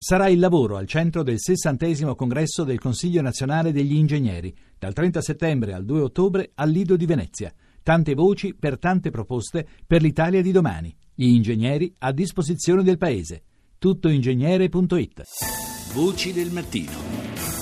Sarà il lavoro al centro del 60° congresso del Consiglio Nazionale degli Ingegneri, dal 30 settembre al 2 ottobre al Lido di Venezia. Tante voci per tante proposte per l'Italia di domani. Gli ingegneri a disposizione del Paese. Tuttoingegnere.it. Voci del mattino.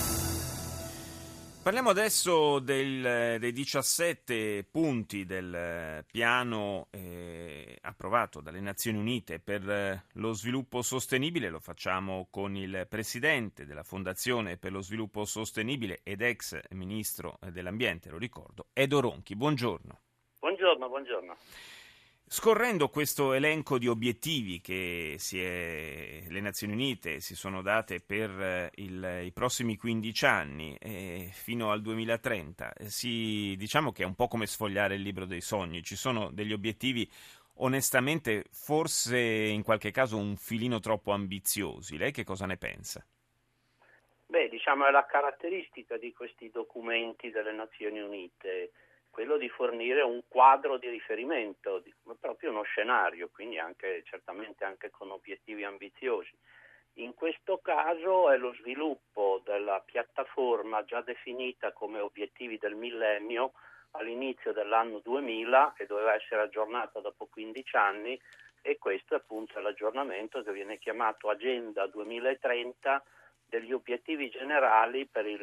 Parliamo adesso dei 17 punti del piano approvato dalle Nazioni Unite per lo sviluppo sostenibile. Lo facciamo con il presidente della Fondazione per lo Sviluppo Sostenibile ed ex ministro dell'Ambiente, lo ricordo, Edo Ronchi. Buongiorno. Buongiorno. Scorrendo questo elenco di obiettivi che le Nazioni Unite si sono date per i prossimi 15 anni fino al 2030, diciamo che è un po' come sfogliare il libro dei sogni. Ci sono degli obiettivi onestamente forse in qualche caso un filino troppo ambiziosi. Lei che cosa ne pensa? Diciamo è la caratteristica di questi documenti delle Nazioni Unite, quello di fornire un quadro di riferimento, proprio uno scenario, quindi certamente anche con obiettivi ambiziosi. In questo caso è lo sviluppo della piattaforma già definita come obiettivi del millennio all'inizio dell'anno 2000 e doveva essere aggiornata dopo 15 anni, e questo appunto è l'aggiornamento che viene chiamato Agenda 2030 degli obiettivi generali per il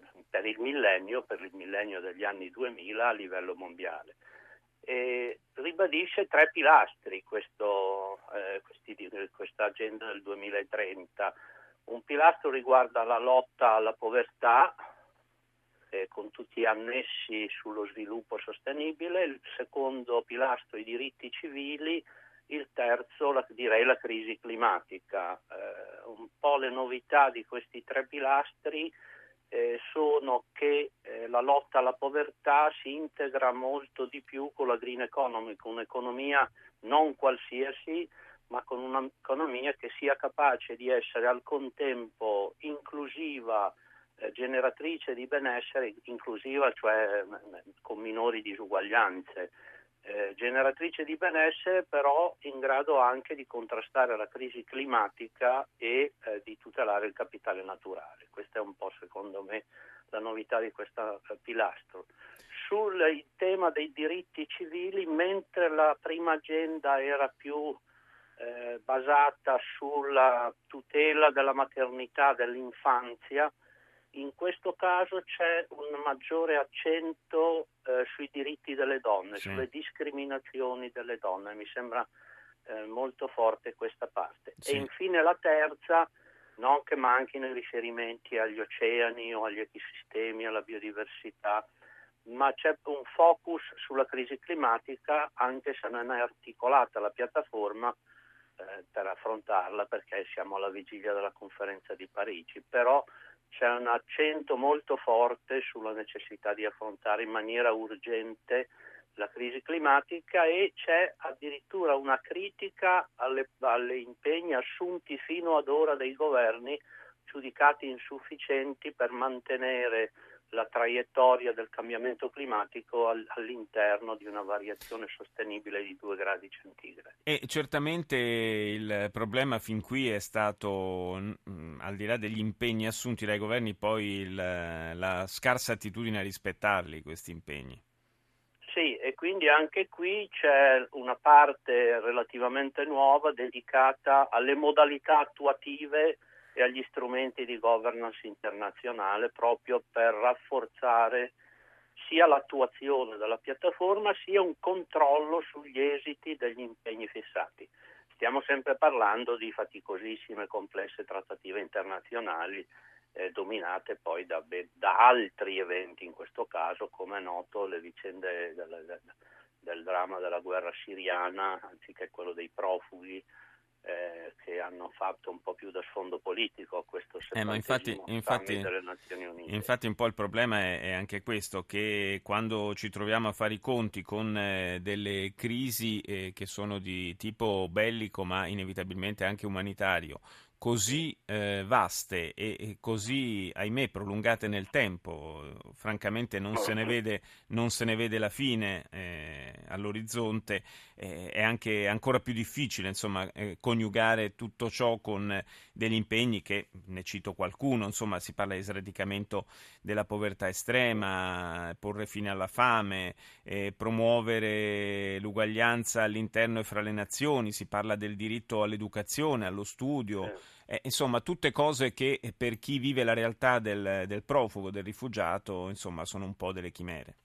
millennio degli anni 2000 a livello mondiale. E ribadisce 3 pilastri questa agenda del 2030. Un pilastro riguarda la lotta alla povertà, con tutti gli annessi sullo sviluppo sostenibile, il secondo pilastro i diritti civili, il terzo la crisi climatica. Un po' le novità di questi 3 pilastri sono che la lotta alla povertà si integra molto di più con la green economy, con un'economia non qualsiasi, ma con un'economia che sia capace di essere al contempo inclusiva, generatrice di benessere, inclusiva cioè con minori disuguaglianze, generatrice di benessere, però in grado anche di contrastare la crisi climatica e di tutelare il capitale naturale. Questa è un po', secondo me, la novità di questo pilastro. Sul tema dei diritti civili, mentre la prima agenda era più basata sulla tutela della maternità, dell'infanzia, in questo caso c'è un maggiore accento sui diritti delle donne, sì, sulle discriminazioni delle donne. Mi sembra molto forte questa parte. Sì. E infine la terza, non che manchino i riferimenti agli oceani o agli ecosistemi, alla biodiversità, ma c'è un focus sulla crisi climatica, anche se non è articolata la piattaforma per affrontarla, perché siamo alla vigilia della conferenza di Parigi. Però c'è un accento molto forte sulla necessità di affrontare in maniera urgente la crisi climatica, e c'è addirittura una critica alle impegni assunti fino ad ora dai governi, giudicati insufficienti per mantenere la traiettoria del cambiamento climatico all'interno di una variazione sostenibile di 2 gradi centigradi. E certamente il problema fin qui è stato, al di là degli impegni assunti dai governi, poi la scarsa attitudine a rispettarli, questi impegni. Sì, e quindi anche qui c'è una parte relativamente nuova dedicata alle modalità attuative e agli strumenti di governance internazionale, proprio per rafforzare sia l'attuazione della piattaforma sia un controllo sugli esiti degli impegni fissati. Stiamo sempre parlando di faticosissime e complesse trattative internazionali dominate poi da altri eventi, in questo caso, come è noto, le vicende del dramma della guerra siriana, anziché quello dei profughi, che hanno fatto un po' più da sfondo politico a questo 70° summit delle Nazioni Unite. Infatti un po' il problema è anche questo, che quando ci troviamo a fare i conti con delle crisi che sono di tipo bellico ma inevitabilmente anche umanitario, così vaste e così, ahimè, prolungate nel tempo, francamente non se ne vede la fine all'orizzonte, è anche ancora più difficile, insomma, coniugare tutto ciò con degli impegni che, ne cito qualcuno, insomma, si parla di sradicamento della povertà estrema, porre fine alla fame, promuovere l'uguaglianza all'interno e fra le nazioni, si parla del diritto all'educazione, allo studio, insomma tutte cose che per chi vive la realtà del profugo, del rifugiato, insomma sono un po' delle chimere.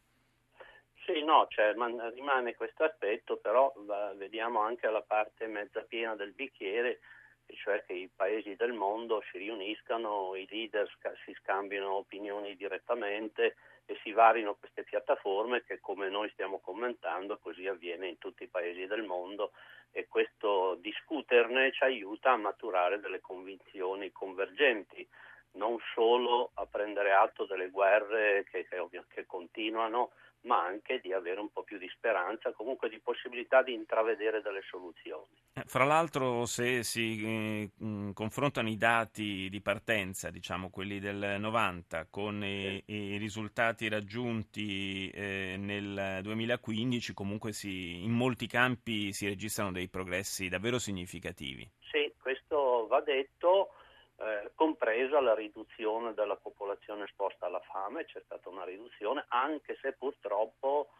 Sì, no, rimane questo aspetto, però vediamo anche la parte mezza piena del bicchiere, cioè che i paesi del mondo si riuniscano, i leader si scambiano opinioni direttamente e si varino queste piattaforme che, come noi stiamo commentando, così avviene in tutti i paesi del mondo, e questo discuterne ci aiuta a maturare delle convinzioni convergenti, non solo a prendere atto delle guerre che continuano, ma anche di avere un po' più di speranza, comunque di possibilità di intravedere delle soluzioni. Fra l'altro, se si confrontano i dati di partenza, diciamo quelli del 90, con i risultati raggiunti nel 2015, comunque in molti campi si registrano dei progressi davvero significativi. Sì, questo va detto. Compresa la riduzione della popolazione esposta alla fame, c'è stata una riduzione, anche se purtroppo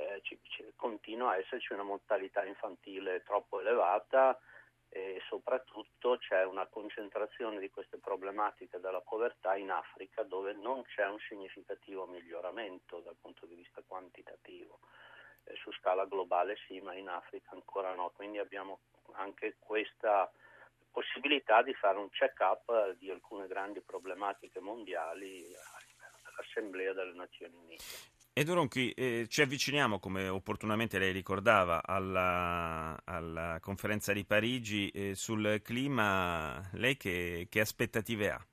continua a esserci una mortalità infantile troppo elevata e soprattutto c'è una concentrazione di queste problematiche della povertà in Africa, dove non c'è un significativo miglioramento dal punto di vista quantitativo. Su scala globale sì, ma in Africa ancora no, quindi abbiamo anche questa possibilità di fare un check-up di alcune grandi problematiche mondiali a livello dell'Assemblea delle Nazioni Unite. Edo Ronchi, ci avviciniamo, come opportunamente lei ricordava, alla conferenza di Parigi sul clima. Lei che aspettative ha?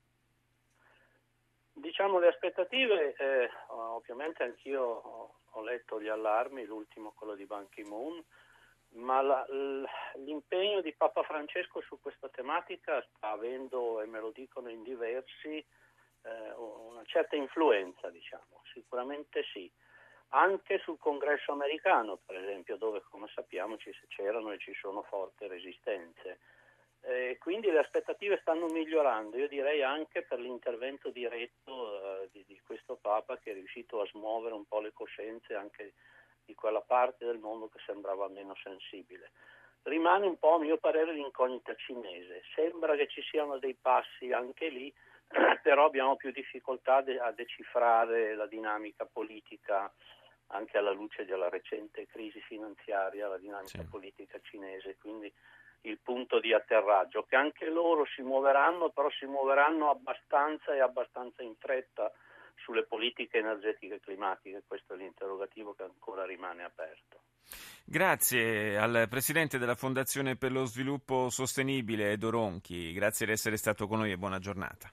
Diciamo le aspettative, ovviamente anch'io ho letto gli allarmi, l'ultimo quello di Ban Ki-moon, ma l'impegno di Papa Francesco su questa tematica sta avendo, e me lo dicono in diversi, una certa influenza, diciamo, sicuramente sì. Anche sul congresso americano, per esempio, dove, come sappiamo, c'erano e ci sono forti resistenze. Quindi le aspettative stanno migliorando, io direi anche per l'intervento diretto di questo Papa, che è riuscito a smuovere un po' le coscienze anche di quella parte del mondo che sembrava meno sensibile. Rimane un po', a mio parere, l'incognita cinese. Sembra che ci siano dei passi anche lì, però abbiamo più difficoltà a decifrare la dinamica politica, anche alla luce della recente crisi finanziaria, la dinamica politica cinese, quindi il punto di atterraggio, che anche loro si muoveranno, però si muoveranno abbastanza in fretta sulle politiche energetiche e climatiche. Questo è l'interrogativo che ancora rimane aperto. Grazie al Presidente della Fondazione per lo Sviluppo Sostenibile, Edo Ronchi, grazie di essere stato con noi e buona giornata.